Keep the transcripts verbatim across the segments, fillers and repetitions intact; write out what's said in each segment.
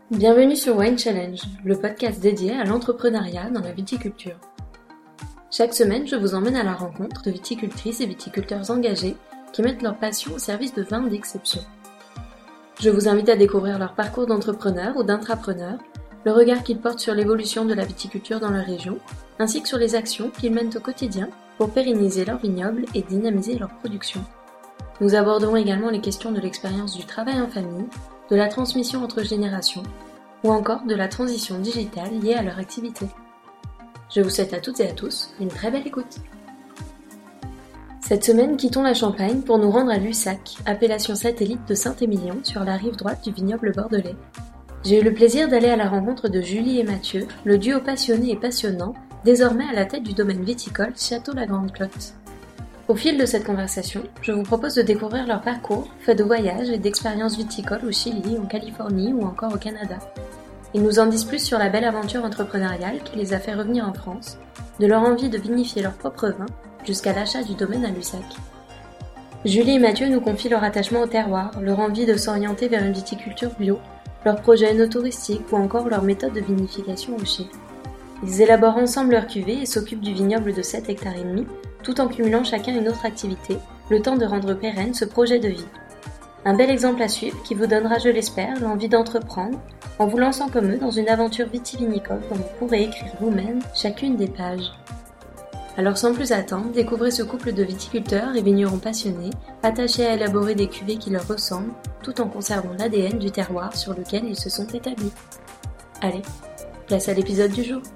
Bienvenue sur Wine Challenge, le podcast dédié à l'entrepreneuriat dans la viticulture. Chaque semaine, je vous emmène à la rencontre de viticultrices et viticulteurs engagés qui mettent leur passion au service de vins d'exception. Je vous invite à découvrir leur parcours d'entrepreneur ou d'intrapreneur, le regard qu'ils portent sur l'évolution de la viticulture dans leur région, ainsi que sur les actions qu'ils mènent au quotidien pour pérenniser leur vignoble et dynamiser leur production. Nous aborderons également les questions de l'expérience du travail en famille, de la transmission entre générations, ou encore de la transition digitale liée à leur activité. Je vous souhaite à toutes et à tous une très belle écoute. Cette semaine, quittons la Champagne pour nous rendre à Lussac, appellation satellite de Saint-Émilion sur la rive droite du vignoble bordelais. J'ai eu le plaisir d'aller à la rencontre de Julie et Mathieu, le duo passionné et passionnant, désormais à la tête du domaine viticole Château la Grande Clotte. Au fil de cette conversation, je vous propose de découvrir leur parcours, fait de voyages et d'expériences viticoles au Chili, en Californie ou encore au Canada. Ils nous en disent plus sur la belle aventure entrepreneuriale qui les a fait revenir en France, de leur envie de vinifier leur propre vin, jusqu'à l'achat du domaine à Lussac. Julie et Mathieu nous confient leur attachement au terroir, leur envie de s'orienter vers une viticulture bio, leurs projets œnotouristiques ou encore leur méthode de vinification au Chili. Ils élaborent ensemble leur cuvée et s'occupent du vignoble de sept hectares et demi, tout en cumulant chacun une autre activité, le temps de rendre pérenne ce projet de vie. Un bel exemple à suivre qui vous donnera, je l'espère, l'envie d'entreprendre, en vous lançant comme eux dans une aventure vitivinicole dont vous pourrez écrire vous-même chacune des pages. Alors sans plus attendre, découvrez ce couple de viticulteurs et vignerons passionnés, attachés à élaborer des cuvées qui leur ressemblent, tout en conservant l'A D N du terroir sur lequel ils se sont établis. Allez, place à l'épisode du jour.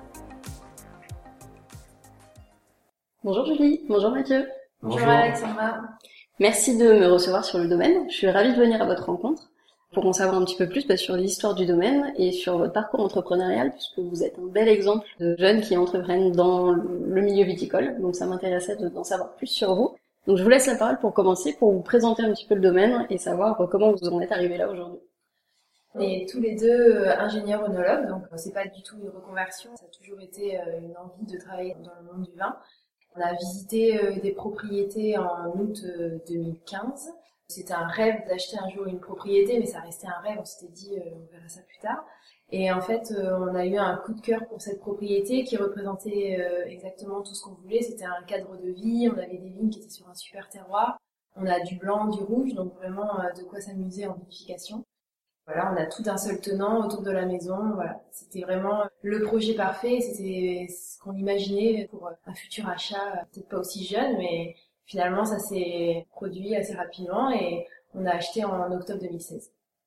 Bonjour Julie, bonjour Mathieu. Bonjour, bonjour Alexandra. Merci de me recevoir sur le domaine. Je suis ravie de venir à votre rencontre pour en savoir un petit peu plus bah, sur l'histoire du domaine et sur votre parcours entrepreneurial, puisque vous êtes un bel exemple de jeunes qui entreprennent dans le milieu viticole. Donc ça m'intéressait de, d'en savoir plus sur vous. Donc je vous laisse la parole pour commencer, pour vous présenter un petit peu le domaine et savoir comment vous en êtes arrivés là aujourd'hui. On est tous les deux ingénieurs œnologues, donc c'est pas du tout une reconversion. Ça a toujours été une envie de travailler dans le monde du vin. On a visité des propriétés en août deux mille quinze. C'était un rêve d'acheter un jour une propriété, mais ça restait un rêve. On s'était dit, on verra ça plus tard. Et en fait, on a eu un coup de cœur pour cette propriété qui représentait exactement tout ce qu'on voulait. C'était un cadre de vie. On avait des vignes qui étaient sur un super terroir. On a du blanc, du rouge, donc vraiment de quoi s'amuser en vinification. Voilà, on a tout d'un seul tenant autour de la maison. Voilà, c'était vraiment le projet parfait. C'était ce qu'on imaginait pour un futur achat, peut-être pas aussi jeune, mais finalement ça s'est produit assez rapidement et on a acheté en octobre deux mille seize.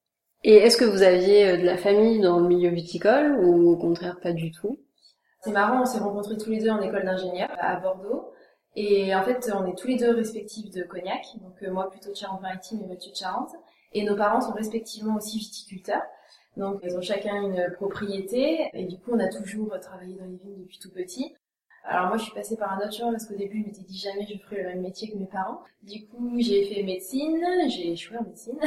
Et est-ce que vous aviez de la famille dans le milieu viticole ou au contraire pas du tout? C'est marrant, on s'est rencontrés tous les deux en école d'ingénieur à Bordeaux. Et en fait, on est tous les deux respectifs de Cognac, donc moi plutôt de Charente-Maritime et Mathieu de Charente. Et nos parents sont respectivement aussi viticulteurs. Donc, ils ont chacun une propriété. Et du coup, on a toujours travaillé dans les vignes depuis tout petit. Alors moi, je suis passée par un autre chemin parce qu'au début, je m'étais dit jamais je ferais le même métier que mes parents. Du coup, j'ai fait médecine. J'ai échoué en médecine.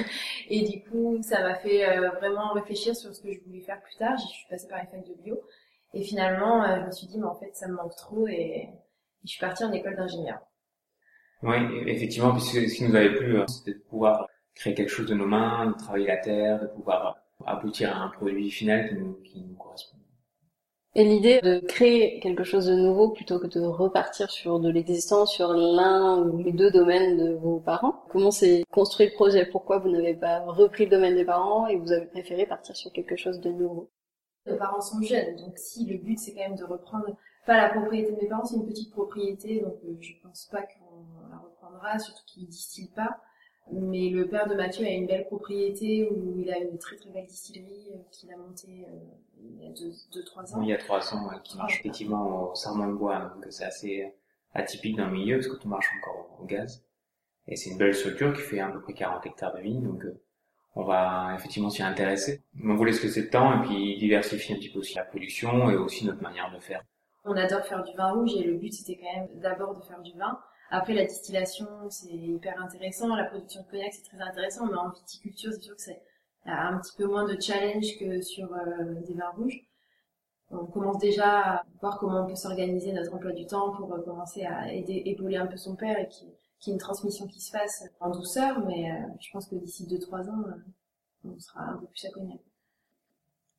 Et du coup, ça m'a fait euh, vraiment réfléchir sur ce que je voulais faire plus tard. Je suis passée par une fac de bio. Et finalement, euh, je me suis dit, mais en fait, ça me manque trop. Et, et je suis partie en école d'ingénieur. Oui, effectivement, puisque ce qui nous avait plu, c'était de pouvoir créer quelque chose de nos mains, de travailler la terre, de pouvoir aboutir à un produit final qui nous, qui nous correspond. Et l'idée de créer quelque chose de nouveau plutôt que de repartir sur de l'existant, sur l'un ou les deux domaines de vos parents, comment s'est construit le projet? Pourquoi vous n'avez pas repris le domaine des parents et vous avez préféré partir sur quelque chose de nouveau? Nos parents sont jeunes, donc si le but c'est quand même de reprendre, pas la propriété de mes parents, c'est une petite propriété, donc euh, je pense pas qu'on la reprendra, surtout qu'ils distillent pas. Mais le père de Mathieu a une belle propriété où il a une très très belle distillerie euh, qu'il a montée euh, il y a deux trois ans. Oui, il y a trois ans, ouais, qui marche effectivement au sarment de bois, donc c'est assez atypique dans le milieu parce que tout marche encore au, au gaz. Et c'est une belle structure qui fait à peu près quarante hectares de vignes, donc euh, on va effectivement s'y intéresser. On voulait se laisser le temps et puis diversifier un petit peu aussi la production et aussi notre manière de faire. On adore faire du vin rouge et le but c'était quand même d'abord de faire du vin. Après, la distillation, c'est hyper intéressant. La production de cognac, c'est très intéressant. Mais en viticulture, c'est sûr que c'est un petit peu moins de challenge que sur euh, des vins rouges. On commence déjà à voir comment on peut s'organiser notre emploi du temps pour euh, commencer à aider, épauler un peu son père et qu'il y ait une transmission qui se fasse en douceur. Mais euh, je pense que d'ici deux trois ans, euh, on sera un peu plus à cognac.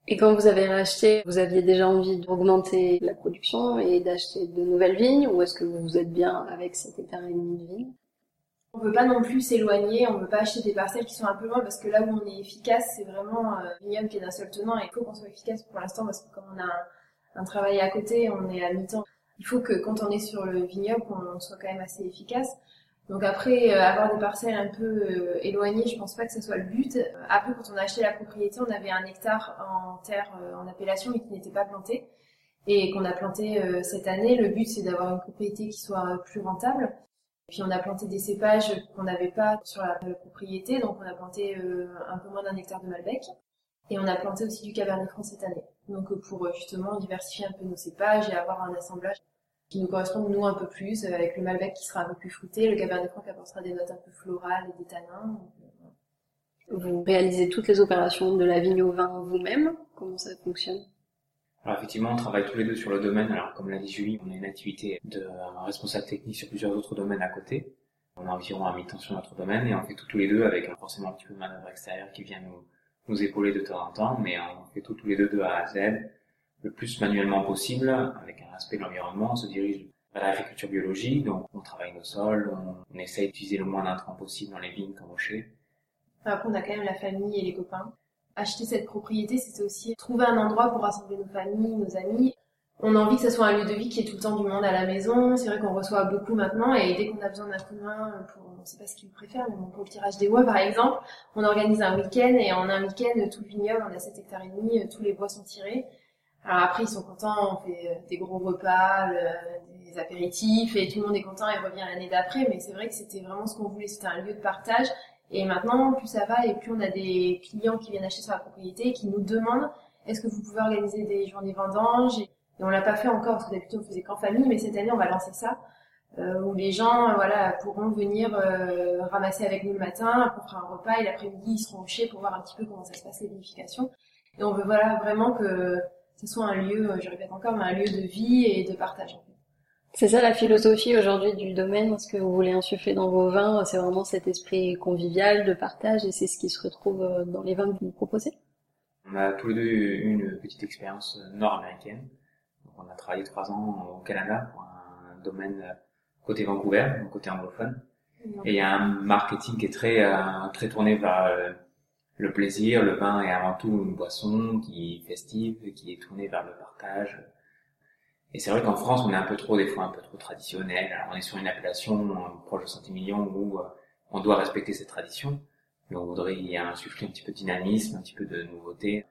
Et quand vous avez racheté, vous aviez déjà envie d'augmenter la production et d'acheter de nouvelles vignes, ou est-ce que vous vous êtes bien avec cet hectare et demi de vignes? On veut pas non plus s'éloigner, on veut pas acheter des parcelles qui sont un peu loin parce que là où on est efficace, c'est vraiment euh, vignoble qui est d'un seul tenant et il faut qu'on soit efficace pour l'instant parce que comme on a un, un travail à côté, on est à mi-temps. Il faut que quand on est sur le vignoble, on soit quand même assez efficace. Donc après, euh, avoir des parcelles un peu euh, éloignées, je pense pas que ce soit le but. Euh, après, quand on a acheté la propriété, on avait un hectare en terre euh, en appellation mais qui n'était pas planté et qu'on a planté euh, cette année. Le but, c'est d'avoir une propriété qui soit plus rentable. Puis on a planté des cépages qu'on n'avait pas sur la, la propriété, donc on a planté euh, un peu moins d'un hectare de Malbec. Et on a planté aussi du Cabernet Franc cette année. Donc euh, pour euh, justement diversifier un peu nos cépages et avoir un assemblage qui nous correspond nous un peu plus, euh, avec le Malbec qui sera un peu plus fruité, le Cabernet Franc qui apportera des notes un peu florales et des tanins. Donc, euh, Vous réalisez toutes les opérations de la vigne au vin vous-même? Comment ça fonctionne? Alors effectivement, on travaille tous les deux sur le domaine. Alors comme l'a dit Julie, on a une activité de responsable technique sur plusieurs autres domaines à côté. On a environ un mi-temps sur notre domaine et on fait tout tous les deux avec forcément un petit peu de manœuvre extérieure qui vient nous, nous épauler de temps en temps, mais on fait tout tous les deux de A à Z, le plus manuellement possible, avec un respect de l'environnement. On se dirige vers l'agriculture biologique, donc on travaille nos sols, on, on essaye d'utiliser le moins d'intrants possible dans les vignes comme au chai. Après, on a quand même la famille et les copains. Acheter cette propriété, c'était aussi trouver un endroit pour rassembler nos familles, nos amis. On a envie que ça soit un lieu de vie qui ait tout le temps du monde à la maison. C'est vrai qu'on reçoit beaucoup maintenant et dès qu'on a besoin d'un coup de main pour, on sait pas ce qu'ils préfèrent, mais bon, pour le tirage des bois par exemple, on organise un week-end et en un week-end, tout le vignoble, on a sept hectares et demi, tous les bois sont tirés. Alors après, ils sont contents, on fait des gros repas, le, des apéritifs et tout le monde est content et revient l'année d'après, mais c'est vrai que c'était vraiment ce qu'on voulait, c'était un lieu de partage. Et maintenant, plus ça va et plus on a des clients qui viennent acheter sur la propriété et qui nous demandent est-ce que vous pouvez organiser des journées vendanges? Et on l'a pas fait encore parce que d'habitude on faisait qu'en famille, mais cette année on va lancer ça euh, où les gens euh, voilà pourront venir euh, ramasser avec nous le matin, on fera un repas et l'après-midi ils seront au chai pour voir un petit peu comment ça se passe les vinifications. Et on veut voilà vraiment que ce soit un lieu, je répète encore, mais un lieu de vie et de partage en fait. C'est ça la philosophie aujourd'hui du domaine, ce que vous voulez insuffler dans vos vins, c'est vraiment cet esprit convivial de partage et c'est ce qui se retrouve dans les vins que vous nous proposez? On a tous les deux eu une petite expérience nord-américaine. Donc, on a travaillé trois ans au Canada pour un domaine côté Vancouver, donc côté anglophone. Et il y a un marketing qui est très, euh, très tourné vers euh, le plaisir. Le vin est avant tout une boisson qui est festive, qui est tournée vers le partage. Et c'est vrai qu'en France, on est un peu trop, des fois, un peu trop traditionnel. Alors, on est sur une appellation euh, proche de cent millions où euh, on doit respecter cette tradition. Mais on voudrait y insuffler un petit peu de dynamisme, un petit peu de nouveauté.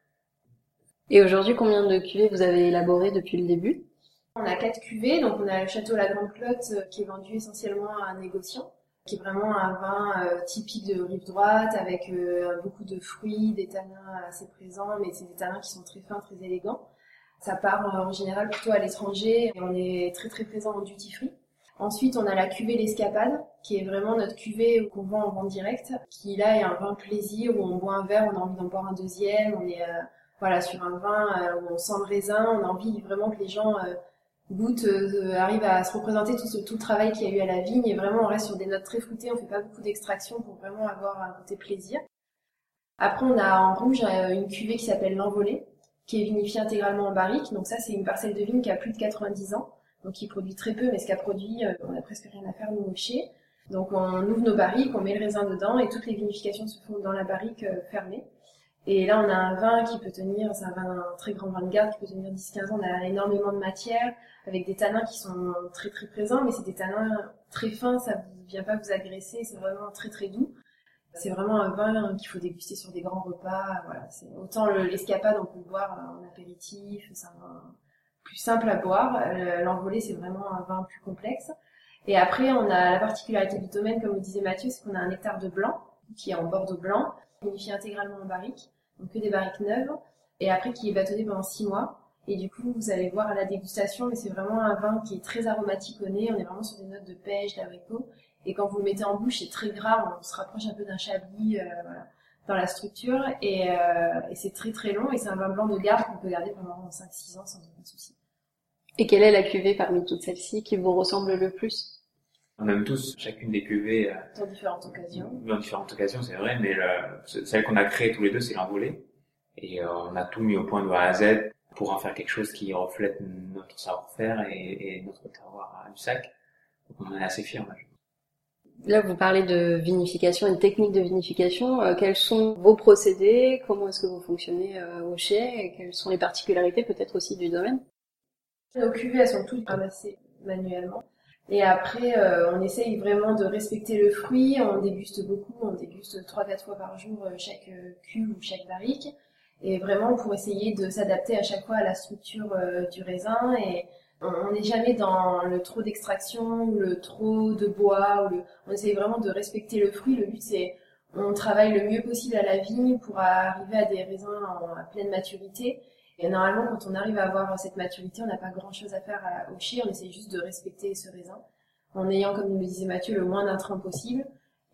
Et aujourd'hui, combien de cuvées vous avez élaborées depuis le début? On a quatre cuvées, donc on a le Château La Grande Clotte euh, qui est vendu essentiellement à un négociant, qui est vraiment un vin euh, typique de rive droite avec euh, beaucoup de fruits, des tanins assez présents, mais c'est des tanins qui sont très fins, très élégants. Ça part en général plutôt à l'étranger et on est très très présent en duty free. Ensuite, on a la cuvée L'Escapade, qui est vraiment notre cuvée qu'on vend en vente directe, qui là est un vin plaisir où on boit un verre, on a envie d'en boire un deuxième, on est euh, voilà sur un vin euh, où on sent le raisin, on a envie vraiment que les gens euh, goûtent, euh, arrivent à se représenter tout, ce, tout le travail qu'il y a eu à la vigne et vraiment on reste sur des notes très fruitées, on fait pas beaucoup d'extraction pour vraiment avoir un côté plaisir. Après, on a en rouge une cuvée qui s'appelle L'Envolée, qui est vinifiée intégralement en barrique. Donc ça, c'est une parcelle de vigne qui a plus de quatre-vingt-dix ans, donc qui produit très peu, mais ce qu'elle produit, euh, on a presque rien à faire nous au chai. Donc on ouvre nos barriques, on met le raisin dedans et toutes les vinifications se font dans la barrique euh, fermée. Et là, on a un vin qui peut tenir, c'est un vin, un très grand vin de garde qui peut tenir dix à quinze ans. On a énormément de matière, avec des tanins qui sont très très présents, mais c'est des tanins très fins, ça ne vient pas vous agresser, c'est vraiment très très doux. C'est vraiment un vin qu'il faut déguster sur des grands repas. Voilà, c'est autant le, l'Escapade, on peut le boire en apéritif, c'est un vin plus simple à boire. L'Envolée, c'est vraiment un vin plus complexe. Et après, on a la particularité du domaine, comme le disait Mathieu, c'est qu'on a un hectare de blanc qui est en bordeaux blanc, vinifié intégralement en barrique, donc que des barriques neuves, et après qui est bâtonné pendant six mois. Et du coup, vous allez voir à la dégustation, mais c'est vraiment un vin qui est très aromatique au nez. On est vraiment sur des notes de pêche, d'abricot. Et quand vous le mettez en bouche, c'est très gras. On se rapproche un peu d'un chablis, euh, voilà, dans la structure. Et, euh, et c'est très très long. Et c'est un vin blanc de garde qu'on peut garder pendant cinq six ans sans aucun souci. Et quelle est la cuvée parmi toutes celles-ci qui vous ressemble le plus? On aime tous chacune des cuvées euh, dans différentes occasions. Dans différentes occasions, c'est vrai, mais le, celle qu'on a créée tous les deux, c'est l'Envolée. Et euh, on a tout mis au point de A à Z pour en faire quelque chose qui reflète notre savoir-faire et, et notre terroir à Lussac. Donc on en est assez fiers. Là. Là, vous parlez de vinification et de techniques de vinification. Euh, quels sont vos procédés? Comment est-ce que vous fonctionnez euh, au chai? Et quelles sont les particularités peut-être aussi du domaine? Nos cuvées, elles sont toutes ramassées manuellement. Et après, euh, on essaye vraiment de respecter le fruit. On déguste beaucoup. On déguste trois quatre fois par jour chaque cuve ou chaque barrique. Et vraiment pour essayer de s'adapter à chaque fois à la structure euh, du raisin. Et on n'est jamais dans le trop d'extraction ou le trop de bois. Ou le... On essaye vraiment de respecter le fruit. Le but, c'est on travaille le mieux possible à la vigne pour arriver à des raisins en, à pleine maturité. Et normalement, quand on arrive à avoir cette maturité, on n'a pas grand-chose à faire à, au chai. On essaie juste de respecter ce raisin en ayant, comme le disait Mathieu, le moins d'intrants possible.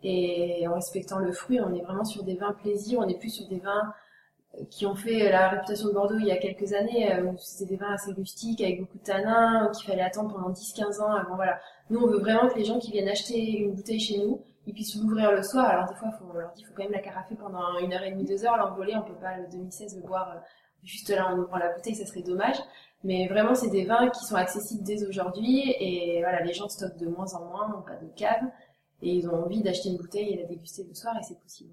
Et en respectant le fruit, on est vraiment sur des vins plaisir. On n'est plus sur des vins qui ont fait la réputation de Bordeaux il y a quelques années, où c'était des vins assez rustiques, avec beaucoup de tanins, qu'il fallait attendre pendant dix quinze ans avant, voilà. Nous, on veut vraiment que les gens qui viennent acheter une bouteille chez nous, ils puissent l'ouvrir le soir. Alors, des fois, faut, on leur dit, il faut quand même la carafer pendant une heure et demie, deux heures, l'envoler, on peut pas, le deux mille seize, le boire juste là en ouvrant la bouteille, ça serait dommage. Mais vraiment, c'est des vins qui sont accessibles dès aujourd'hui, et voilà, les gens stockent de moins en moins, n'ont pas de cave, et ils ont envie d'acheter une bouteille et la déguster le soir, et c'est possible.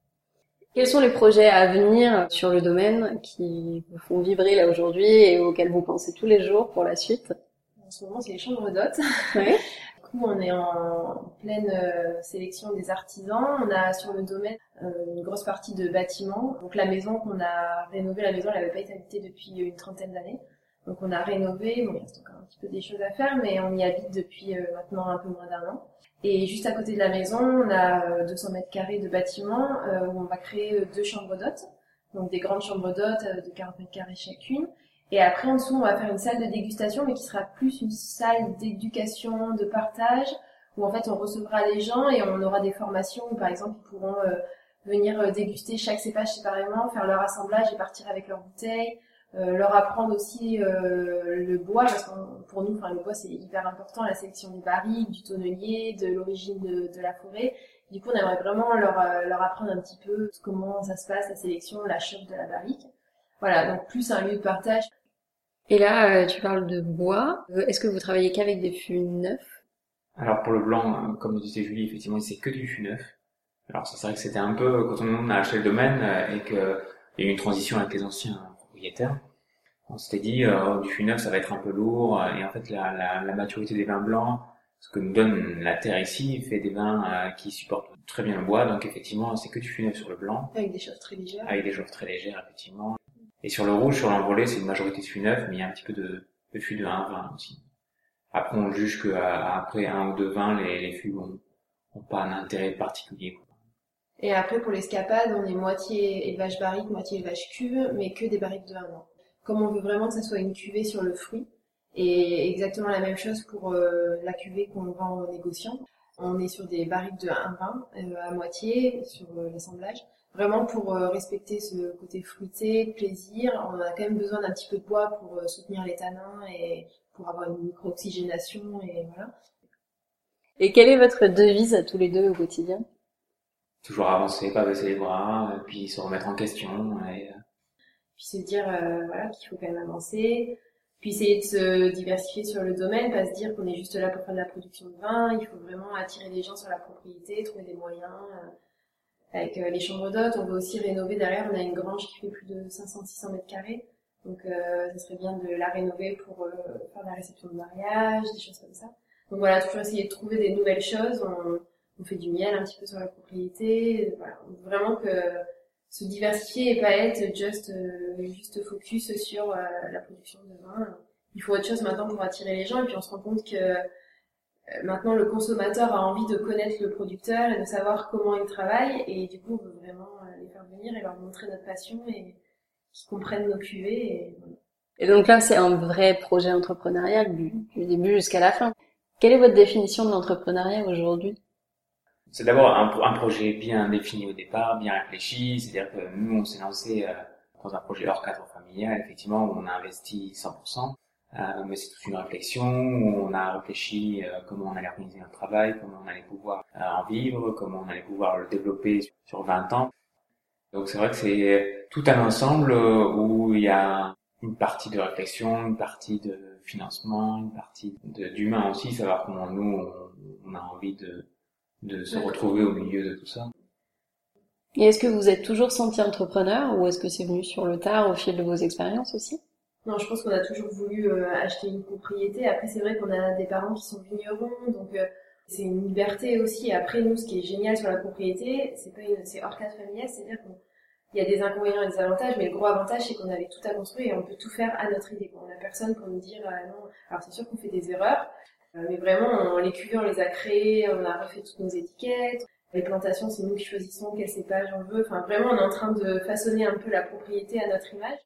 Quels sont les projets à venir sur le domaine qui vous font vibrer là aujourd'hui et auxquels vous pensez tous les jours pour la suite? En ce moment, c'est les chambres d'hôtes. Oui. Du coup, on est en pleine euh, sélection des artisans. On a sur le domaine euh, une grosse partie de bâtiments. Donc la maison qu'on a rénovée, la maison, elle n'avait pas été habitée depuis une trentaine d'années. Donc on a rénové. Bon, il reste encore un petit peu des choses à faire, mais on y habite depuis euh, maintenant un peu moins d'un an. Et juste à côté de la maison, on a deux cents mètres carrés de bâtiment euh, où on va créer deux chambres d'hôtes, donc des grandes chambres d'hôtes euh, de quarante mètres carrés chacune. Et après, en dessous, on va faire une salle de dégustation, mais qui sera plus une salle d'éducation, de partage, où en fait, on recevra les gens et on aura des formations où, par exemple, ils pourront euh, venir euh, déguster chaque cépage séparément, faire leur assemblage et partir avec leur bouteille. Euh, leur apprendre aussi euh, le bois, parce que pour nous, enfin, le bois c'est hyper important, la sélection des barriques, du tonnelier, de l'origine de, de la forêt. Du coup, on aimerait vraiment leur, euh, leur apprendre un petit peu comment ça se passe, la sélection, la chope de la barrique. Voilà, donc plus un lieu de partage. Et là, euh, tu parles de bois. Est-ce que vous travaillez qu'avec des fûts neufs? Alors pour le blanc, comme disait Julie, effectivement, c'est que du fût neuf. Alors ça, c'est vrai que c'était un peu, quand on a acheté le domaine et qu'il y a eu une transition avec les anciens propriétaires, on s'était dit euh, du fût neuf ça va être un peu lourd, et en fait la, la, la maturité des vins blancs, ce que nous donne la terre ici, fait des vins euh, qui supportent très bien le bois, donc effectivement c'est que du fût neuf sur le blanc. Avec des chauves très légères. Avec des chauves très légères, effectivement. Et sur le rouge, sur l'envolé, c'est une majorité de fût neuf, mais il y a un petit peu de, de fût de un vingt aussi. Après on juge qu'après un ou deux vins, les, les fûts ont, ont pas un intérêt particulier. Et après, pour l'escapade, on est moitié élevage barrique, moitié élevage cuve, mais que des barriques de un an. Comme on veut vraiment que ça soit une cuvée sur le fruit, et exactement la même chose pour euh, la cuvée qu'on vend aux négociants. On est sur des barriques de un vingt euh, à moitié, sur euh, l'assemblage. Vraiment pour euh, respecter ce côté fruité, plaisir. On a quand même besoin d'un petit peu de bois pour euh, soutenir les tanins et pour avoir une micro-oxygénation, et voilà. Et quelle est votre devise à tous les deux au quotidien? Toujours avancer, pas baisser les bras, et puis se remettre en question. Et... Puis se dire euh, voilà qu'il faut quand même avancer. Puis essayer de se diversifier sur le domaine, pas se dire qu'on est juste là pour faire de la production de vin. Il faut vraiment attirer les gens sur la propriété, trouver des moyens. Euh, avec euh, les chambres d'hôtes, on veut aussi rénover. Derrière, on a une grange qui fait plus de cinq cents à six cents mètres carrés. Donc euh, ça serait bien de la rénover pour euh, faire la réception de mariage, des choses comme ça. Donc voilà, toujours essayer de trouver des nouvelles choses. On, on fait du miel un petit peu sur la propriété. Voilà, on veut vraiment que se diversifier et pas être juste euh, juste focus sur euh, la production de vin. Il faut autre chose maintenant pour attirer les gens, et puis on se rend compte que euh, maintenant le consommateur a envie de connaître le producteur et de savoir comment il travaille, et du coup on veut vraiment euh, les faire venir et leur montrer notre passion et qu'ils comprennent nos cuvées. Et, voilà. Et donc là c'est un vrai projet entrepreneurial du, du début jusqu'à la fin. Quelle est votre définition de l'entrepreneuriat aujourd'hui? C'est d'abord un, un projet bien défini au départ, bien réfléchi. C'est-à-dire que nous, on s'est lancé euh, dans un projet hors cadre familial, effectivement, où on a investi cent pour cent. Euh, mais c'est toute une réflexion où on a réfléchi euh, comment on allait organiser notre travail, comment on allait pouvoir euh, en vivre, comment on allait pouvoir le développer sur vingt ans. Donc c'est vrai que c'est tout un ensemble où il y a une partie de réflexion, une partie de financement, une partie de, d'humain aussi, savoir comment nous on, on a envie de, de se retrouver au milieu de tout ça. Et est-ce que vous êtes toujours senti entrepreneur ou est-ce que c'est venu sur le tard au fil de vos expériences aussi? Non, je pense qu'on a toujours voulu euh, acheter une propriété. Après, c'est vrai qu'on a des parents qui sont vignerons, donc euh, c'est une liberté aussi. Et après, nous, ce qui est génial sur la propriété, c'est pas une, c'est hors cadre familial, c'est-à-dire qu'il y a des inconvénients et des avantages, mais le gros avantage, c'est qu'on avait tout à construire et on peut tout faire à notre idée. On n'a personne pour nous dire euh, non. Alors c'est sûr qu'on fait des erreurs, euh, mais vraiment, on, les cuvées, on les a créées, on a refait toutes nos étiquettes. Les plantations, c'est nous qui choisissons quel cépage on veut. Enfin, vraiment, on est en train de façonner un peu la propriété à notre image.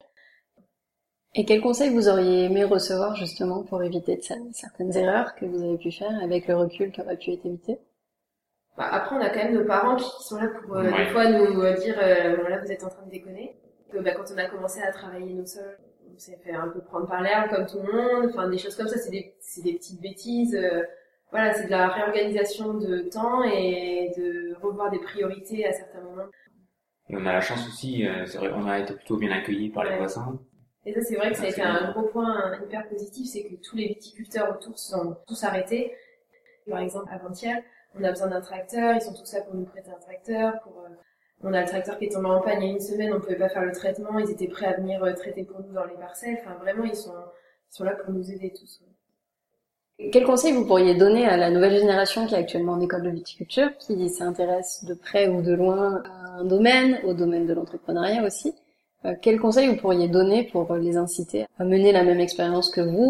Et quels conseils vous auriez aimé recevoir justement pour éviter de certaines erreurs que vous avez pu faire avec le recul qui aurait pu être évité? Bah, après, on a quand même nos parents qui sont là pour euh, ouais. des fois nous euh, dire euh, bon, là vous êtes en train de déconner. Que, bah, quand on a commencé à travailler nos sols, on s'est fait un peu prendre par l'air comme tout le monde. Enfin, des choses comme ça, c'est des, c'est des petites bêtises. Euh, voilà, c'est de la réorganisation de temps et de revoir des priorités à certains moments. Et on a la chance aussi, euh, c'est vrai, on a été plutôt bien accueillis par les ouais. voisins. Et ça, c'est vrai que ça a ah, été un gros point hyper positif, c'est que tous les viticulteurs autour sont tous arrêtés. Par exemple, avant-hier, on a besoin d'un tracteur, ils sont tous là pour nous prêter un tracteur. Pour, euh, on a le tracteur qui est tombé en panne il y a une semaine, on pouvait pas faire le traitement, ils étaient prêts à venir euh, traiter pour nous dans les parcelles. Enfin, vraiment, ils sont, ils sont là pour nous aider tous. Ouais. Quel conseil vous pourriez donner à la nouvelle génération qui est actuellement en école de viticulture, qui s'intéresse de près ou de loin à un domaine, au domaine de l'entrepreneuriat aussi? Euh, quel conseil vous pourriez donner pour les inciter à mener la même expérience que vous?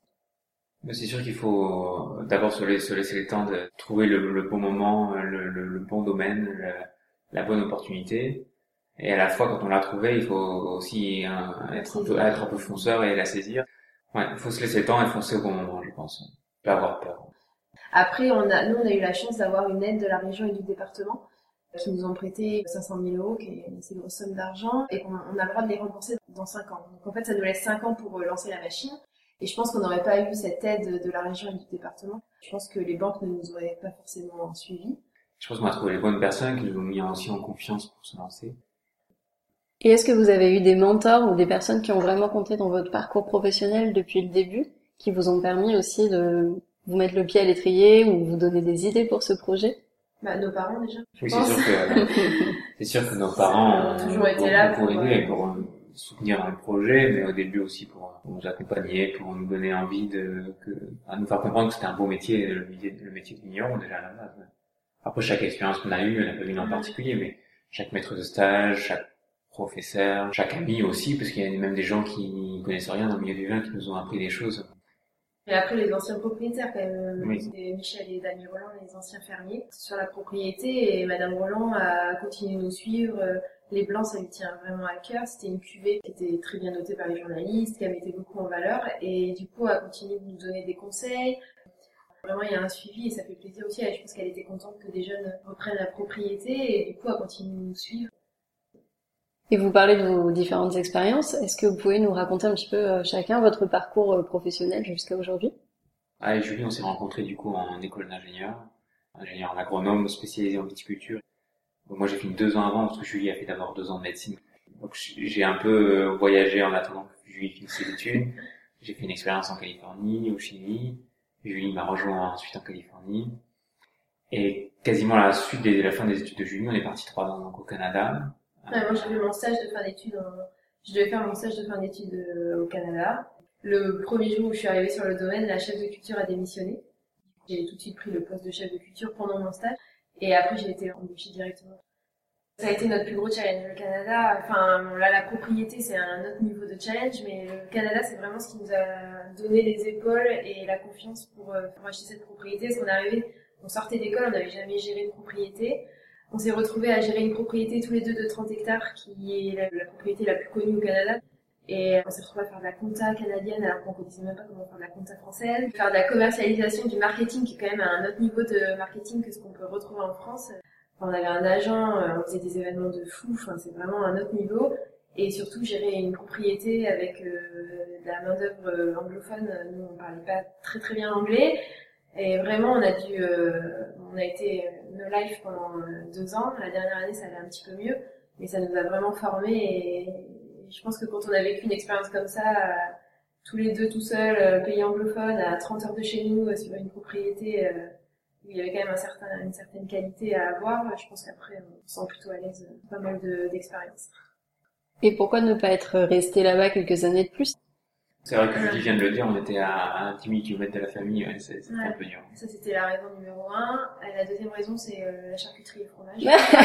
C'est sûr qu'il faut d'abord se laisser, se laisser le temps de trouver le, le bon moment, le, le, le bon domaine, le, la bonne opportunité. Et à la fois, quand on l'a trouvé, il faut aussi hein, être, un peu, être un peu fonceur et la saisir. Ouais, il faut se laisser le temps et foncer au bon moment, je pense. Pas avoir peur. Après, on a, nous, on a eu la chance d'avoir une aide de la région et du département qui nous ont prêté cinq cent mille euros, qui est une assez grosse somme d'argent, et qu'on on a le droit de les rembourser dans cinq ans. Donc en fait, ça nous laisse cinq ans pour lancer la machine. Et je pense qu'on n'aurait pas eu cette aide de la région et du département. Je pense que les banques ne nous auraient pas forcément suivis. Je pense qu'on a trouvé les bonnes personnes qui nous ont mis aussi en confiance pour se lancer. Et est-ce que vous avez eu des mentors ou des personnes qui ont vraiment compté dans votre parcours professionnel depuis le début, qui vous ont permis aussi de vous mettre le pied à l'étrier ou vous donner des idées pour ce projet? Bah, nos parents déjà. Oui, c'est sûr que, c'est sûr que nos parents ont toujours été là pour, pour aider, pour soutenir un projet, mais au début aussi pour, pour nous accompagner, pour nous donner envie de, que, à nous faire comprendre que c'était un beau métier, le métier, le métier de vigneron déjà à la base. Après, chaque expérience qu'on a eue, elle n'a pas une en particulier, mais chaque maître de stage, chaque professeur, chaque ami aussi, parce qu'il y a même des gens qui connaissent rien dans le milieu du vin qui nous ont appris des choses. Et après, les anciens propriétaires, quand même, oui. Des Michel et Dany Roland, les anciens fermiers, sur la propriété, et Madame Roland a continué de nous suivre. Les blancs, ça lui tient vraiment à cœur. C'était une cuvée qui était très bien notée par les journalistes, qu'elle mettait beaucoup en valeur, et du coup, a continué de nous donner des conseils. Vraiment, il y a un suivi, et ça fait plaisir aussi. Je pense qu'elle était contente que des jeunes reprennent la propriété, et du coup, a continué de nous suivre. Et vous parlez de vos différentes expériences. Est-ce que vous pouvez nous raconter un petit peu euh, chacun votre parcours euh, professionnel jusqu'à aujourd'hui? Ah, et Julie, on s'est rencontrés du coup en école d'ingénieur, ingénieur en agronome spécialisé en viticulture. Donc, moi, j'ai fini deux ans avant parce que Julie a fait d'abord deux ans de médecine. Donc j'ai un peu voyagé en attendant que Julie finisse ses études. J'ai fait une expérience en Californie, au Chili. Julie m'a rejoint ensuite en Californie. Et quasiment à la suite de la fin des études de Julie, on est parti trois ans donc au Canada. Ouais, moi, j'ai fait mon stage de fin d'études. En... Je devais faire mon stage de fin d'études au Canada. Le premier jour où je suis arrivée sur le domaine, la chef de culture a démissionné. J'ai tout de suite pris le poste de chef de culture pendant mon stage. Et après, j'ai été embauchée directement. Ça a été notre plus gros challenge. Le Canada, enfin, là, la propriété, c'est un autre niveau de challenge, mais le Canada, c'est vraiment ce qui nous a donné les épaules et la confiance pour, pour acheter cette propriété. Parce qu'on est arrivé, on sortait d'école, on n'avait jamais géré de propriété. On s'est retrouvés à gérer une propriété tous les deux de trente hectares, qui est la, la propriété la plus connue au Canada. Et on s'est retrouvés à faire de la compta canadienne alors qu'on ne connaissait même pas comment faire de la compta française. Faire de la commercialisation, du marketing, qui est quand même à un autre niveau de marketing que ce qu'on peut retrouver en France. Enfin, on avait un agent, on faisait des événements de fou, enfin, c'est vraiment un autre niveau. Et surtout, gérer une propriété avec euh, de la main-d'œuvre anglophone. Nous, on parlait pas très très bien anglais. Et vraiment, on a dû, euh, on a été no life pendant deux ans. La dernière année, ça allait un petit peu mieux. mais ça nous a vraiment formés et je pense que quand on a vécu une expérience comme ça, euh, tous les deux tout seuls, euh, pays anglophone, à trente heures de chez nous, euh, sur une propriété euh, où il y avait quand même un certain, une certaine qualité à avoir, je pense qu'après on se sent plutôt à l'aise, euh, pas mal de, d'expérience. Et pourquoi ne pas être resté là-bas quelques années de plus? C'est vrai que Julie vient de le dire, on était à, à dix mille kilomètres de la famille, ouais, c'est, c'est ouais. un peu dur. Ça, c'était la raison numéro un. Et la deuxième raison, c'est euh, la charcuterie et le fromage.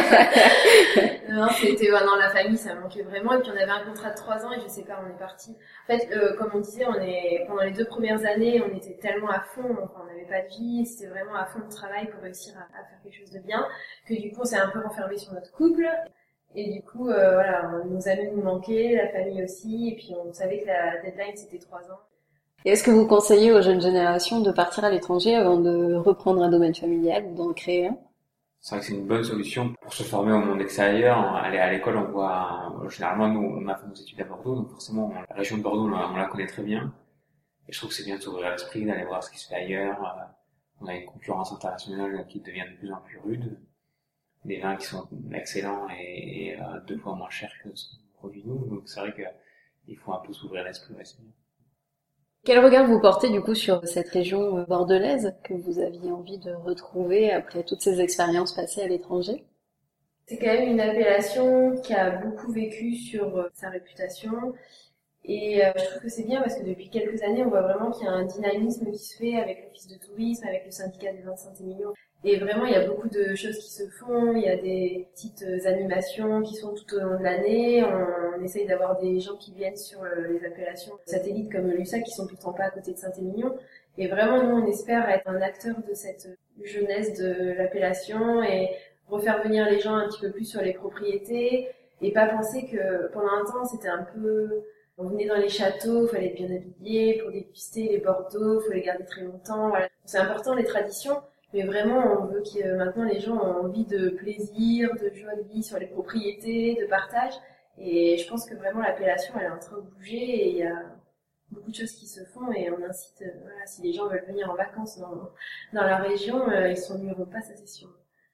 non, c'était, ouais, non, la famille, ça manquait vraiment. Et puis, on avait un contrat de trois ans et je sais pas, on est parti. En fait, euh, comme on disait, on est, pendant les deux premières années, on était tellement à fond, enfin, on n'avait pas de vie, c'était vraiment à fond de travail pour réussir à, à faire quelque chose de bien, que du coup, on s'est un peu renfermé sur notre couple. Et du coup, euh, voilà, nos amis nous manquaient, la famille aussi, et puis on savait que la deadline c'était trois ans. Et est-ce que vous conseillez aux jeunes générations de partir à l'étranger avant de reprendre un domaine familial ou d'en créer un? C'est vrai que c'est une bonne solution pour se former au monde extérieur. Aller à l'école, on voit, généralement, nous, on a fait nos études à Bordeaux, donc forcément, la région de Bordeaux, on la connaît très bien. Et je trouve que c'est bien de s'ouvrir l'esprit, d'aller voir ce qui se fait ailleurs. On a une concurrence internationale qui devient de plus en plus rude. Des vins qui sont excellents et, et euh, deux fois moins chers que ce qu'on produit nous. Donc c'est vrai qu'il faut un peu s'ouvrir l'esprit. Ouais, c'est bien. Quel regard vous portez du coup sur cette région bordelaise que vous aviez envie de retrouver après toutes ces expériences passées à l'étranger? C'est quand même une appellation qui a beaucoup vécu sur euh, sa réputation. Et euh, je trouve que c'est bien parce que depuis quelques années, on voit vraiment qu'il y a un dynamisme qui se fait avec l'Office de tourisme, avec le syndicat des vins de Saint-Émilion. Et vraiment, il y a beaucoup de choses qui se font. Il y a des petites animations qui sont tout au long de l'année. On, on essaye d'avoir des gens qui viennent sur les appellations satellites comme Lussac qui sont pourtant pas à côté de Saint-Émilion. Et vraiment, nous, on espère être un acteur de cette jeunesse de l'appellation et refaire venir les gens un petit peu plus sur les propriétés et pas penser que pendant un temps, c'était un peu... On venait dans les châteaux, il fallait être bien habillé pour déguster les Bordeaux, il faut les garder très longtemps. Voilà. C'est important les traditions, mais vraiment on veut que maintenant les gens ont envie de plaisir, de joie de vie sur les propriétés, de partage. Et je pense que vraiment l'appellation elle est en train de bouger et il y a beaucoup de choses qui se font et on incite, voilà, si les gens veulent venir en vacances dans, dans la région, euh, ils s'ennuieront pas, ça c'est sûr.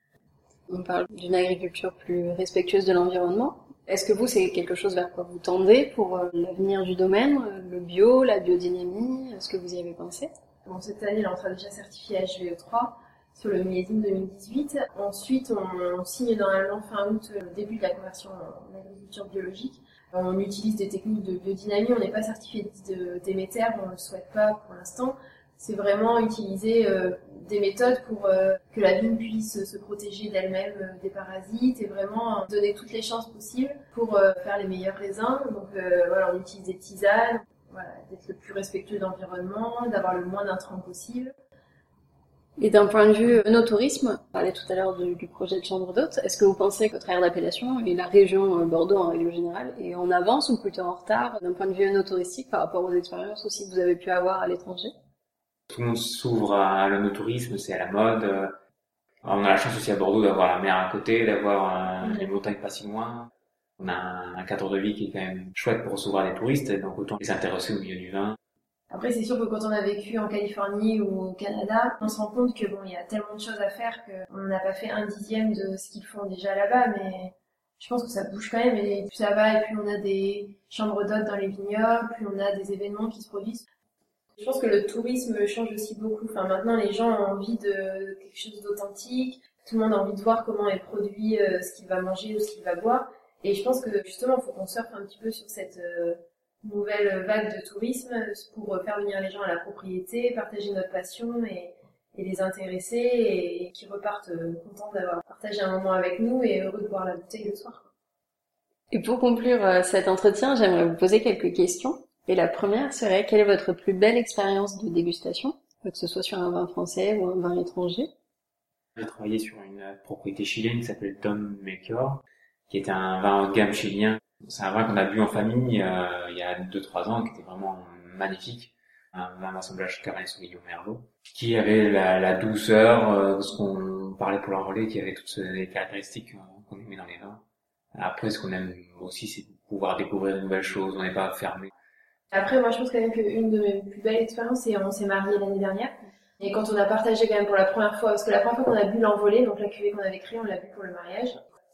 On parle d'une agriculture plus respectueuse de l'environnement. Est-ce que vous, c'est quelque chose vers quoi vous tendez pour euh, l'avenir du domaine, le bio, la biodynamie? Est-ce que vous y avez pensé? Bon, cette année, là, on sera déjà certifié H V E trois sur le millésime deux mille dix-huit. Ensuite, on, on signe normalement fin août le début de la conversion en agriculture biologique. On utilise des techniques de biodynamie. On n'est pas certifié Déméter, on ne le souhaite pas pour l'instant. C'est vraiment utiliser euh, des méthodes pour euh, que la vigne puisse se protéger d'elle-même euh, des parasites et vraiment euh, donner toutes les chances possibles pour euh, faire les meilleurs raisins. Donc euh, voilà, on utilise des tisanes, voilà, d'être le plus respectueux de l'environnement, d'avoir le moins d'intrants possible. Et d'un point de vue œnotourisme, on parlait tout à l'heure du, du projet de chambre d'hôtes, est-ce que vous pensez que votre aire d'appellation et la région Bordeaux en règle générale est en avance ou plutôt en retard d'un point de vue œnotouristique par rapport aux expériences aussi que vous avez pu avoir à l'étranger? Tout le monde s'ouvre à l'œnotourisme, c'est à la mode. On a la chance aussi à Bordeaux d'avoir la mer à côté, d'avoir euh, les montagnes pas si loin. On a un, un cadre de vie qui est quand même chouette pour recevoir les touristes, donc autant les intéresser au milieu du vin. Après, c'est sûr que quand on a vécu en Californie ou au Canada, on se rend compte que bon, il y a tellement de choses à faire qu'on n'a pas fait un dixième de ce qu'ils font déjà là-bas, mais je pense que ça bouge quand même et plus ça va et plus on a des chambres d'hôtes dans les vignobles, plus on a des événements qui se produisent. Je pense que le tourisme change aussi beaucoup. Enfin, maintenant, les gens ont envie de quelque chose d'authentique. Tout le monde a envie de voir comment est produit euh, ce qu'il va manger ou ce qu'il va boire. Et je pense que justement, il faut qu'on surfe un petit peu sur cette euh, nouvelle vague de tourisme pour faire venir les gens à la propriété, partager notre passion et, et les intéresser et, et qu'ils repartent euh, contents d'avoir partagé un moment avec nous et heureux de boire la bouteille le soir. Et pour conclure euh, cet entretien, j'aimerais vous poser quelques questions. Et la première serait, quelle est votre plus belle expérience de dégustation, que ce soit sur un vin français ou un vin étranger? J'ai travaillé sur une propriété chilienne qui s'appelle Don Melchior, qui était un vin haut de gamme chilien. C'est un vin qu'on a bu en famille euh, il y a deux trois ans, qui était vraiment magnifique. Un vin d'assemblage Cabernet Sauvignon Merlot, qui avait la, la douceur, euh, ce qu'on parlait pour l'enrôler, qui avait toutes les caractéristiques qu'on aimait dans les vins. Après, ce qu'on aime aussi, c'est de pouvoir découvrir de nouvelles choses, on n'est pas fermé. Après, moi, je pense quand même qu'une de mes plus belles expériences, c'est on s'est mariés l'année dernière. Et quand on a partagé quand même pour la première fois, parce que la première fois qu'on a bu l'envolée, donc la cuvée qu'on avait créée, on l'a bu pour le mariage.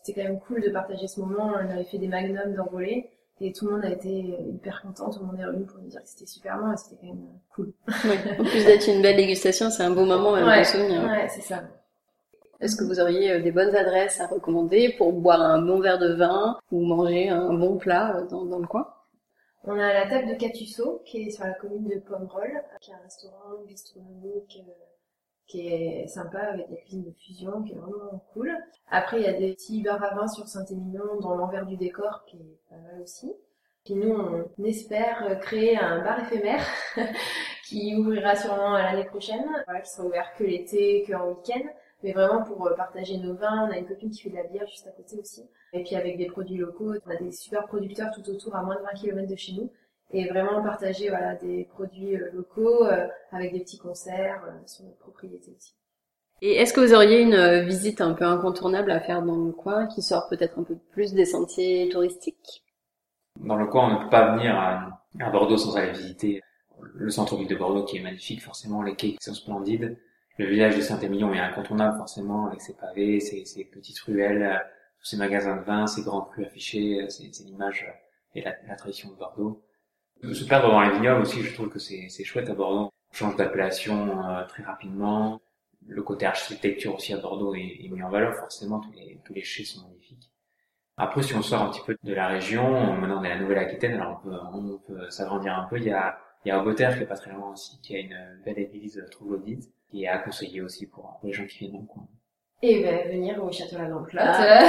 C'était quand même cool de partager ce moment. On avait fait des magnums d'envolée et tout le monde a été hyper content. Tout le monde est revenu pour nous dire que c'était super bon et c'était quand même cool. Oui. En plus d'être une belle dégustation, c'est un beau moment et un ouais, bon souvenir. Ouais, c'est ça. Est-ce que vous auriez des bonnes adresses à recommander pour boire un bon verre de vin ou manger un bon plat dans, dans le coin? On a la table de Catusso qui est sur la commune de Pomerol, qui est un restaurant gastronomique euh, qui est sympa avec des cuisines de fusion, qui est vraiment cool. Après, il y a des petits bars à vin sur Saint-Émilion dans l'envers du décor qui est pas mal aussi. Puis nous, on espère créer un bar éphémère qui ouvrira sûrement l'année prochaine, voilà, qui sera ouvert que l'été, que en week-end. Mais vraiment pour partager nos vins, on a une copine qui fait de la bière juste à côté aussi. Et puis avec des produits locaux, on a des super producteurs tout autour à moins de vingt kilomètres de chez nous. Et vraiment partager voilà, des produits locaux euh, avec des petits concerts euh, sur notre propriété aussi. Et est-ce que vous auriez une visite un peu incontournable à faire dans le coin qui sort peut-être un peu plus des sentiers touristiques? Dans le coin, on ne peut pas venir à, à Bordeaux sans aller visiter le centre-ville de Bordeaux qui est magnifique, forcément, les quais qui sont splendides. Le village de Saint-Émilion est incontournable forcément avec ses pavés, ses, ses petites ruelles, tous ces magasins de vin, ces grands crus affichés, c'est, c'est l'image et la, la tradition de Bordeaux. Se perdre dans les vignobles aussi, je trouve que c'est, c'est chouette à Bordeaux. On change d'appellation euh, très rapidement. Le côté architecture aussi à Bordeaux est, est mis en valeur forcément, tous les, tous les chais sont magnifiques. Après, si on sort un petit peu de la région, maintenant on est à la Nouvelle-Aquitaine, alors on peut, on peut s'agrandir un peu. Il y a, il y a Aubeterre qui est pas très loin aussi, qui a une belle église troglodyte, qui est à conseiller aussi pour les gens qui viennent dans le coin. Et ben, venir au Château La Blanque-Lotte. Ah.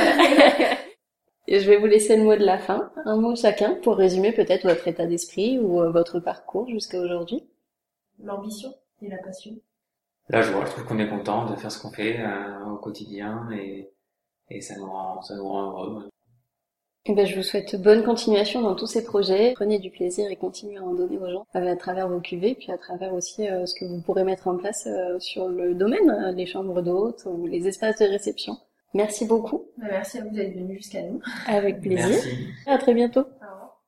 Et je vais vous laisser le mot de la fin, un mot chacun, pour résumer peut-être votre état d'esprit ou votre parcours jusqu'à aujourd'hui. L'ambition et la passion. Là, je vois, je trouve qu'on est content de faire ce qu'on fait euh, au quotidien et, et ça nous rend, ça nous rend heureux. Et ben, je vous souhaite bonne continuation dans tous ces projets. Prenez du plaisir et continuez à en donner aux gens à travers vos cuvées, puis à travers aussi euh, ce que vous pourrez mettre en place euh, sur le domaine, euh, les chambres d'hôtes ou les espaces de réception. Merci beaucoup. Ben, merci à vous d'être venus jusqu'à nous. Avec plaisir. Merci. À très bientôt. Au revoir.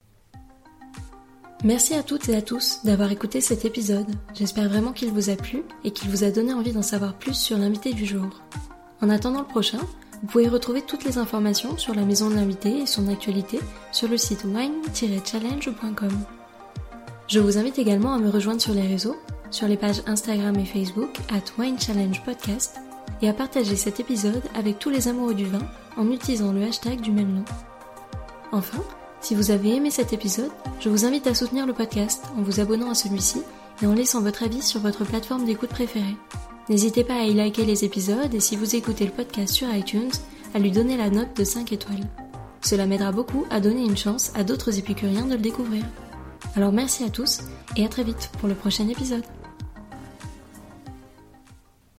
Merci à toutes et à tous d'avoir écouté cet épisode. J'espère vraiment qu'il vous a plu et qu'il vous a donné envie d'en savoir plus sur l'invité du jour. En attendant le prochain, vous pouvez retrouver toutes les informations sur la maison de l'invité et son actualité sur le site wine tiret challenge point com. Je vous invite également à me rejoindre sur les réseaux, sur les pages Instagram et Facebook at wine challenge podcast et à partager cet épisode avec tous les amoureux du vin en utilisant le hashtag du même nom. Enfin, si vous avez aimé cet épisode, je vous invite à soutenir le podcast en vous abonnant à celui-ci et en laissant votre avis sur votre plateforme d'écoute préférée. N'hésitez pas à y liker les épisodes et si vous écoutez le podcast sur iTunes, à lui donner la note de cinq étoiles. Cela m'aidera beaucoup à donner une chance à d'autres épicuriens de le découvrir. Alors merci à tous et à très vite pour le prochain épisode.